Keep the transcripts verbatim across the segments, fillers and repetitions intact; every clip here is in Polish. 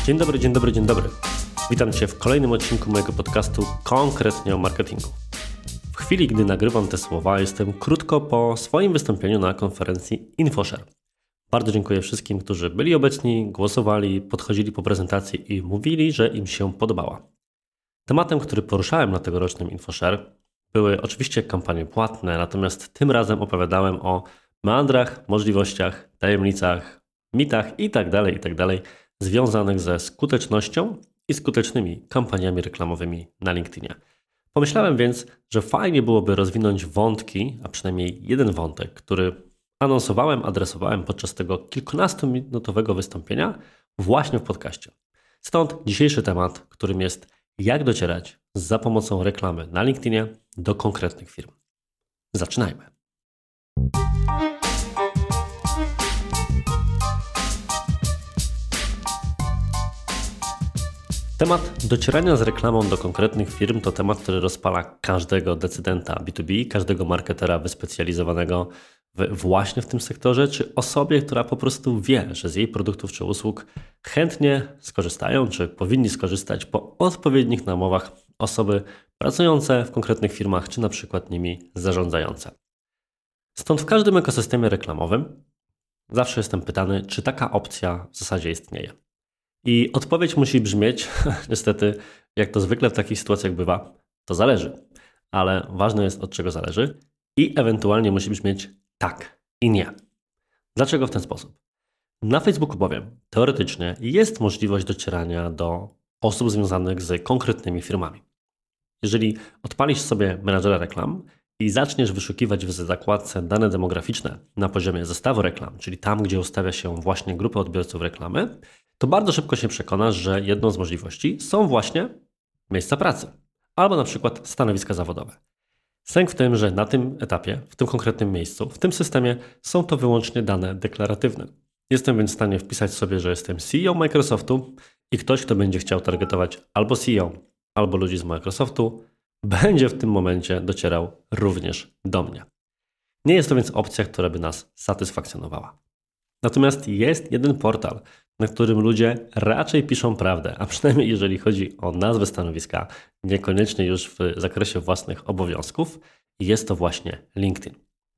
Dzień dobry, dzień dobry, dzień dobry. Witam Cię w kolejnym odcinku mojego podcastu konkretnie o marketingu. W chwili, gdy nagrywam te słowa, jestem krótko po swoim wystąpieniu na konferencji InfoShare. Bardzo dziękuję wszystkim, którzy byli obecni, głosowali, podchodzili po prezentacji i mówili, że im się podobała. Tematem, który poruszałem na tegorocznym InfoShare, były oczywiście kampanie płatne, natomiast tym razem opowiadałem o meandrach, możliwościach, tajemnicach, mitach itd., itd. związanych ze skutecznością i skutecznymi kampaniami reklamowymi na LinkedInie. Pomyślałem więc, że fajnie byłoby rozwinąć wątki, a przynajmniej jeden wątek, który anonsowałem, adresowałem podczas tego kilkunastominutowego wystąpienia właśnie w podcaście. Stąd dzisiejszy temat, którym jest jak docierać za pomocą reklamy na LinkedInie do konkretnych firm. Zaczynajmy. Temat docierania z reklamą do konkretnych firm to temat, który rozpala każdego decydenta B dwa B, każdego marketera wyspecjalizowanego w, właśnie w tym sektorze, czy osobie, która po prostu wie, że z jej produktów czy usług chętnie skorzystają, czy powinni skorzystać po odpowiednich namowach osoby pracujące w konkretnych firmach, czy na przykład nimi zarządzające. Stąd w każdym ekosystemie reklamowym zawsze jestem pytany, czy taka opcja w zasadzie istnieje. I odpowiedź musi brzmieć, niestety, jak to zwykle w takich sytuacjach bywa, to zależy. Ale ważne jest, od czego zależy i ewentualnie musi brzmieć tak i nie. Dlaczego w ten sposób? Na Facebooku bowiem teoretycznie jest możliwość docierania do osób związanych z konkretnymi firmami. Jeżeli odpalisz sobie menadżera reklam i zaczniesz wyszukiwać w zakładce dane demograficzne na poziomie zestawu reklam, czyli tam, gdzie ustawia się właśnie grupę odbiorców reklamy, to bardzo szybko się przekonasz, że jedną z możliwości są właśnie miejsca pracy albo na przykład stanowiska zawodowe. Sęk w tym, że na tym etapie, w tym konkretnym miejscu, w tym systemie są to wyłącznie dane deklaratywne. Jestem więc w stanie wpisać sobie, że jestem C E O Microsoftu i ktoś, kto będzie chciał targetować albo C E O, albo ludzi z Microsoftu, będzie w tym momencie docierał również do mnie. Nie jest to więc opcja, która by nas satysfakcjonowała. Natomiast jest jeden portal, na którym ludzie raczej piszą prawdę, a przynajmniej jeżeli chodzi o nazwę stanowiska, niekoniecznie już w zakresie własnych obowiązków, jest to właśnie LinkedIn.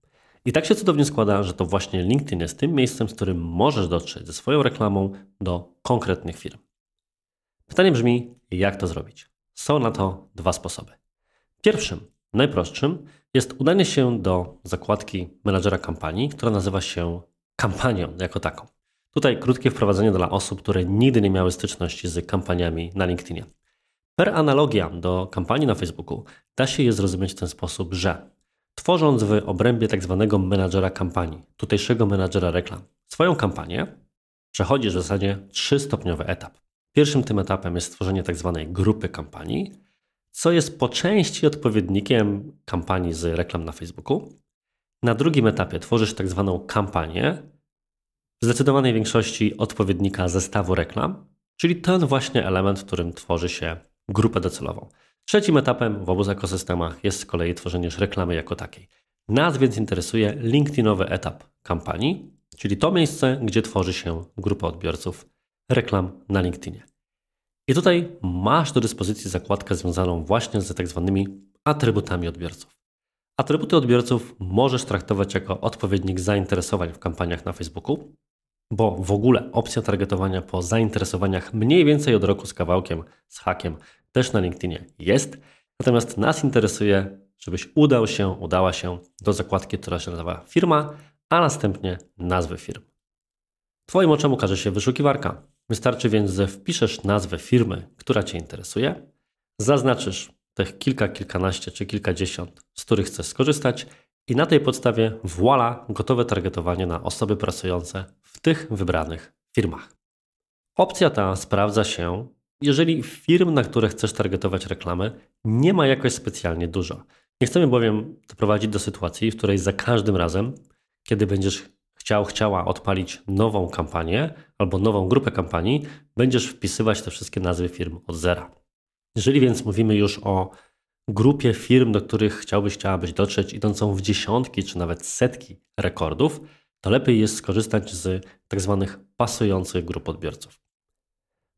I tak się cudownie składa, że to właśnie LinkedIn jest tym miejscem, z którym możesz dotrzeć ze swoją reklamą do konkretnych firm. Pytanie brzmi, jak to zrobić? Są na to dwa sposoby. Pierwszym, najprostszym, jest udanie się do zakładki menadżera kampanii, która nazywa się kampanią jako taką. Tutaj krótkie wprowadzenie dla osób, które nigdy nie miały styczności z kampaniami na LinkedInie. Per analogia do kampanii na Facebooku da się je zrozumieć w ten sposób, że tworząc w obrębie tak zwanego menadżera kampanii, tutejszego menadżera reklam, swoją kampanię, przechodzisz w zasadzie trzystopniowy etap. Pierwszym tym etapem jest stworzenie tak zwanej grupy kampanii, co jest po części odpowiednikiem kampanii z reklam na Facebooku. Na drugim etapie tworzysz tak zwaną kampanię, w zdecydowanej większości odpowiednika zestawu reklam, czyli ten właśnie element, w którym tworzy się grupę docelową. Trzecim etapem w obu ekosystemach jest z kolei tworzenie reklamy jako takiej. Nas więc interesuje LinkedInowy etap kampanii, czyli to miejsce, gdzie tworzy się grupa odbiorców reklam na LinkedInie. I tutaj masz do dyspozycji zakładkę związaną właśnie z tak zwanymi atrybutami odbiorców. Atrybuty odbiorców możesz traktować jako odpowiednik zainteresowań w kampaniach na Facebooku, bo w ogóle opcja targetowania po zainteresowaniach mniej więcej od roku z kawałkiem, z hakiem też na LinkedInie jest. Natomiast nas interesuje, żebyś udał się, udała się do zakładki, która się nazywa firma, a następnie nazwy firm. Twoim oczom ukaże się wyszukiwarka. Wystarczy więc, że wpiszesz nazwę firmy, która Cię interesuje, zaznaczysz tych kilka, kilkanaście czy kilkadziesiąt, z których chcesz skorzystać i na tej podstawie voila, gotowe targetowanie na osoby pracujące w tych wybranych firmach. Opcja ta sprawdza się, jeżeli firm, na które chcesz targetować reklamę, nie ma jakoś specjalnie dużo. Nie chcemy bowiem doprowadzić do sytuacji, w której za każdym razem, kiedy będziesz chciał, chciała odpalić nową kampanię albo nową grupę kampanii, będziesz wpisywać te wszystkie nazwy firm od zera. Jeżeli więc mówimy już o grupie firm, do których chciałbyś, chciałabyś dotrzeć, idącą w dziesiątki czy nawet setki rekordów, to lepiej jest skorzystać z tak zwanych pasujących grup odbiorców.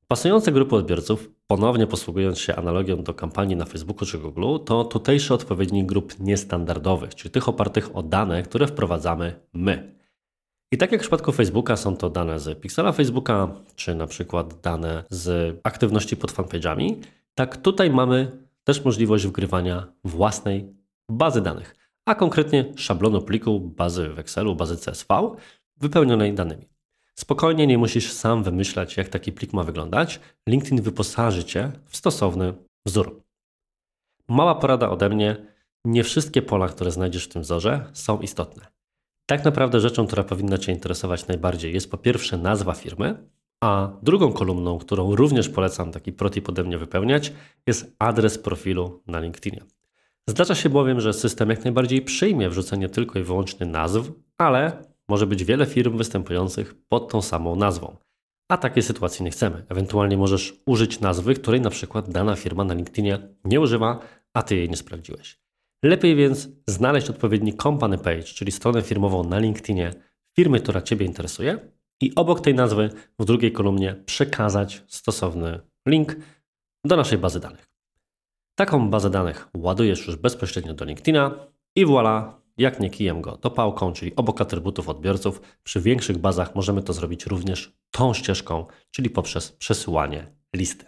Pasujące grupy odbiorców, ponownie posługując się analogią do kampanii na Facebooku czy Google, to tutejszy odpowiednik grup niestandardowych, czyli tych opartych o dane, które wprowadzamy my. I tak jak w przypadku Facebooka są to dane z piksela Facebooka, czy na przykład dane z aktywności pod fanpage'ami, tak tutaj mamy też możliwość wgrywania własnej bazy danych, a konkretnie szablonu pliku bazy w Excelu, bazy C S V wypełnionej danymi. Spokojnie, nie musisz sam wymyślać, jak taki plik ma wyglądać. LinkedIn wyposaży Cię w stosowny wzór. Mała porada ode mnie. Nie wszystkie pola, które znajdziesz w tym wzorze, są istotne. Tak naprawdę rzeczą, która powinna Cię interesować najbardziej, jest po pierwsze nazwa firmy, a drugą kolumną, którą również polecam taki protip ode mnie wypełniać, jest adres profilu na LinkedInie. Zdarza się bowiem, że system jak najbardziej przyjmie wrzucenie tylko i wyłącznie nazw, ale może być wiele firm występujących pod tą samą nazwą. A takiej sytuacji nie chcemy. Ewentualnie możesz użyć nazwy, której na przykład dana firma na LinkedInie nie używa, a Ty jej nie sprawdziłeś. Lepiej więc znaleźć odpowiedni company page, czyli stronę firmową na LinkedInie firmy, która Ciebie interesuje i obok tej nazwy w drugiej kolumnie przekazać stosowny link do naszej bazy danych. Taką bazę danych ładujesz już bezpośrednio do LinkedIna i voilà, jak nie kijem go, to pałką, czyli obok atrybutów odbiorców. Przy większych bazach możemy to zrobić również tą ścieżką, czyli poprzez przesyłanie listy.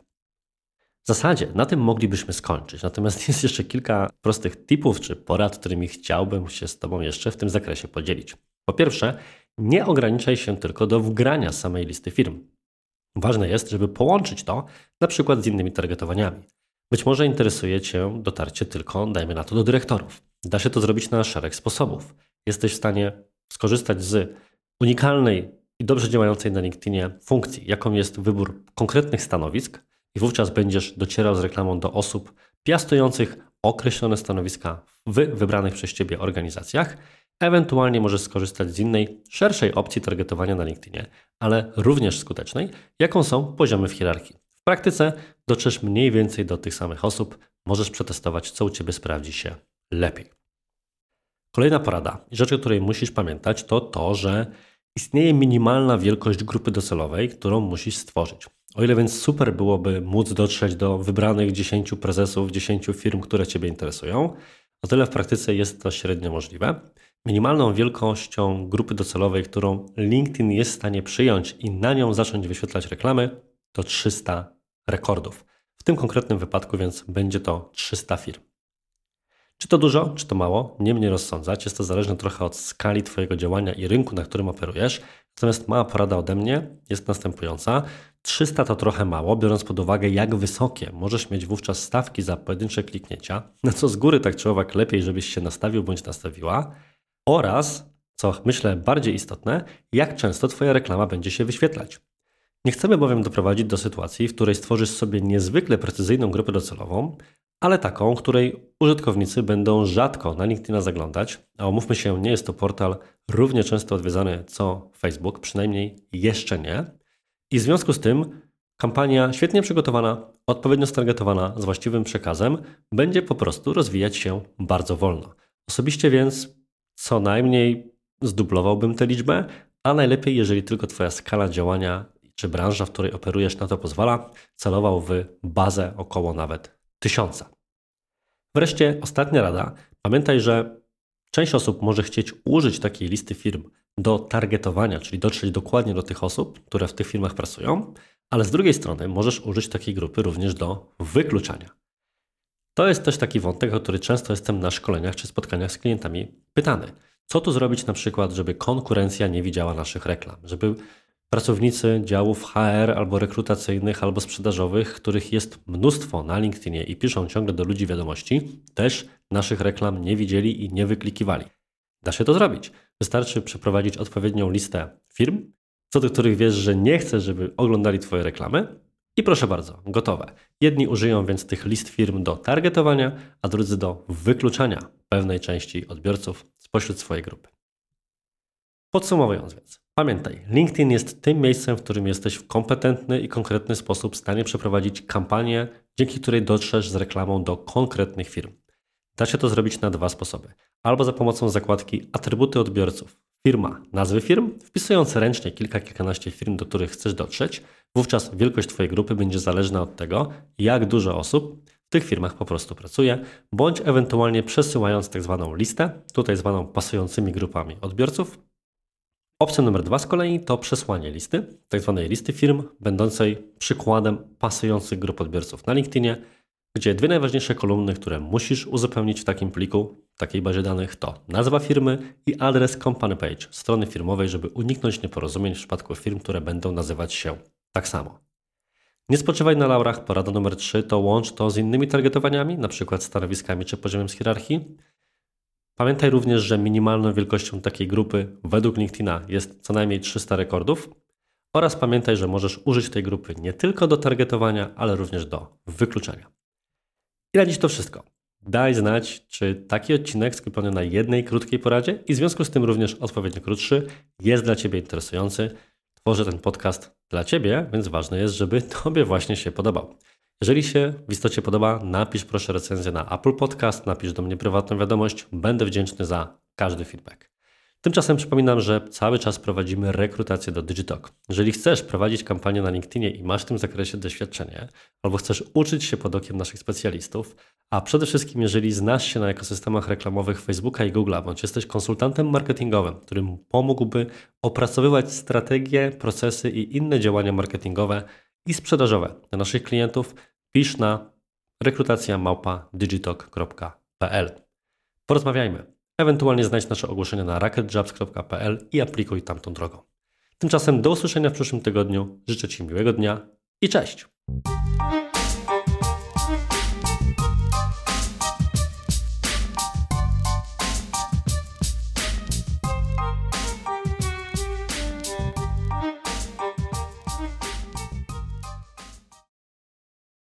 W zasadzie na tym moglibyśmy skończyć, natomiast jest jeszcze kilka prostych tipów czy porad, którymi chciałbym się z Tobą jeszcze w tym zakresie podzielić. Po pierwsze, nie ograniczaj się tylko do wgrania samej listy firm. Ważne jest, żeby połączyć to na przykład z innymi targetowaniami. Być może interesuje Cię dotarcie tylko, dajmy na to, do dyrektorów. Da się to zrobić na szereg sposobów. Jesteś w stanie skorzystać z unikalnej i dobrze działającej na LinkedInie funkcji, jaką jest wybór konkretnych stanowisk i wówczas będziesz docierał z reklamą do osób piastujących określone stanowiska w wybranych przez Ciebie organizacjach. Ewentualnie możesz skorzystać z innej, szerszej opcji targetowania na LinkedInie, ale również skutecznej, jaką są poziomy w hierarchii. W praktyce dotrzesz mniej więcej do tych samych osób, możesz przetestować, co u Ciebie sprawdzi się lepiej. Kolejna porada i rzecz, o której musisz pamiętać, to to, że istnieje minimalna wielkość grupy docelowej, którą musisz stworzyć. O ile więc super byłoby móc dotrzeć do wybranych dziesięciu prezesów, dziesięciu firm, które Ciebie interesują, o tyle w praktyce jest to średnio możliwe. Minimalną wielkością grupy docelowej, którą LinkedIn jest w stanie przyjąć i na nią zacząć wyświetlać reklamy, to trzysta rekordów. W tym konkretnym wypadku więc będzie to trzysta firm. Czy to dużo, czy to mało? Nie mnie rozsądzać. Jest to zależne trochę od skali Twojego działania i rynku, na którym operujesz. Natomiast mała porada ode mnie jest następująca. trzysta to trochę mało, biorąc pod uwagę, jak wysokie możesz mieć wówczas stawki za pojedyncze kliknięcia, na co z góry tak czy owak lepiej, żebyś się nastawił bądź nastawiła, oraz, co myślę bardziej istotne, jak często Twoja reklama będzie się wyświetlać. Nie chcemy bowiem doprowadzić do sytuacji, w której stworzysz sobie niezwykle precyzyjną grupę docelową, ale taką, której użytkownicy będą rzadko na LinkedIna zaglądać, a umówmy się, nie jest to portal równie często odwiedzany co Facebook, przynajmniej jeszcze nie. I w związku z tym kampania świetnie przygotowana, odpowiednio stargetowana, z właściwym przekazem będzie po prostu rozwijać się bardzo wolno. Osobiście więc co najmniej zdublowałbym tę liczbę, a najlepiej, jeżeli tylko Twoja skala działania czy branża, w której operujesz, na to pozwala, celował w bazę około nawet tysiąca. Wreszcie ostatnia rada. Pamiętaj, że część osób może chcieć użyć takiej listy firm do targetowania, czyli dotrzeć dokładnie do tych osób, które w tych firmach pracują, ale z drugiej strony możesz użyć takiej grupy również do wykluczania. To jest też taki wątek, o który często jestem na szkoleniach czy spotkaniach z klientami pytany. Co tu zrobić na przykład, żeby konkurencja nie widziała naszych reklam, żeby pracownicy działów H R albo rekrutacyjnych, albo sprzedażowych, których jest mnóstwo na LinkedInie i piszą ciągle do ludzi wiadomości, też naszych reklam nie widzieli i nie wyklikiwali. Da się to zrobić. Wystarczy przeprowadzić odpowiednią listę firm, co do których wiesz, że nie chcesz, żeby oglądali Twoje reklamy i proszę bardzo, gotowe. Jedni użyją więc tych list firm do targetowania, a drudzy do wykluczania pewnej części odbiorców spośród swojej grupy. Podsumowując więc, pamiętaj, LinkedIn jest tym miejscem, w którym jesteś w kompetentny i konkretny sposób w stanie przeprowadzić kampanię, dzięki której dotrzesz z reklamą do konkretnych firm. Da się to zrobić na dwa sposoby. Albo za pomocą zakładki atrybuty odbiorców, firma, nazwy firm, wpisując ręcznie kilka, kilkanaście firm, do których chcesz dotrzeć, Wówczas wielkość Twojej grupy będzie zależna od tego, jak dużo osób w tych firmach po prostu pracuje, bądź ewentualnie przesyłając tak zwaną listę, tutaj zwaną pasującymi grupami odbiorców. Opcja numer dwa z kolei to przesłanie listy, tak zwanej listy firm, będącej przykładem pasujących grup odbiorców na LinkedInie, gdzie dwie najważniejsze kolumny, które musisz uzupełnić w takim pliku, w takiej bazie danych, to nazwa firmy i adres company page, strony firmowej, żeby uniknąć nieporozumień w przypadku firm, które będą nazywać się tak samo. Nie spoczywaj na laurach. Porada numer trzy to łącz to z innymi targetowaniami, np. stanowiskami czy poziomem z hierarchii. Pamiętaj również, że minimalną wielkością takiej grupy według LinkedIna jest co najmniej trzysta rekordów oraz pamiętaj, że możesz użyć tej grupy nie tylko do targetowania, ale również do wykluczenia. I na dziś to wszystko. Daj znać, czy taki odcinek skupiony na jednej krótkiej poradzie i w związku z tym również odpowiednio krótszy jest dla Ciebie interesujący. Tworzę ten podcast dla Ciebie, więc ważne jest, żeby Tobie właśnie się podobał. Jeżeli się w istocie podoba, napisz proszę recenzję na Apple Podcast, napisz do mnie prywatną wiadomość. Będę wdzięczny za każdy feedback. Tymczasem przypominam, że cały czas prowadzimy rekrutację do Digitalk. Jeżeli chcesz prowadzić kampanię na LinkedInie i masz w tym zakresie doświadczenie, albo chcesz uczyć się pod okiem naszych specjalistów, a przede wszystkim jeżeli znasz się na ekosystemach reklamowych Facebooka i Google'a, bądź jesteś konsultantem marketingowym, którym pomógłby opracowywać strategie, procesy i inne działania marketingowe i sprzedażowe dla naszych klientów, pisz na rekrutacja małpa digitalk kropka p l. Porozmawiajmy. Ewentualnie znajdź nasze ogłoszenia na racketjobs kropka p l i aplikuj tamtą drogą. Tymczasem do usłyszenia w przyszłym tygodniu. Życzę Ci miłego dnia i cześć!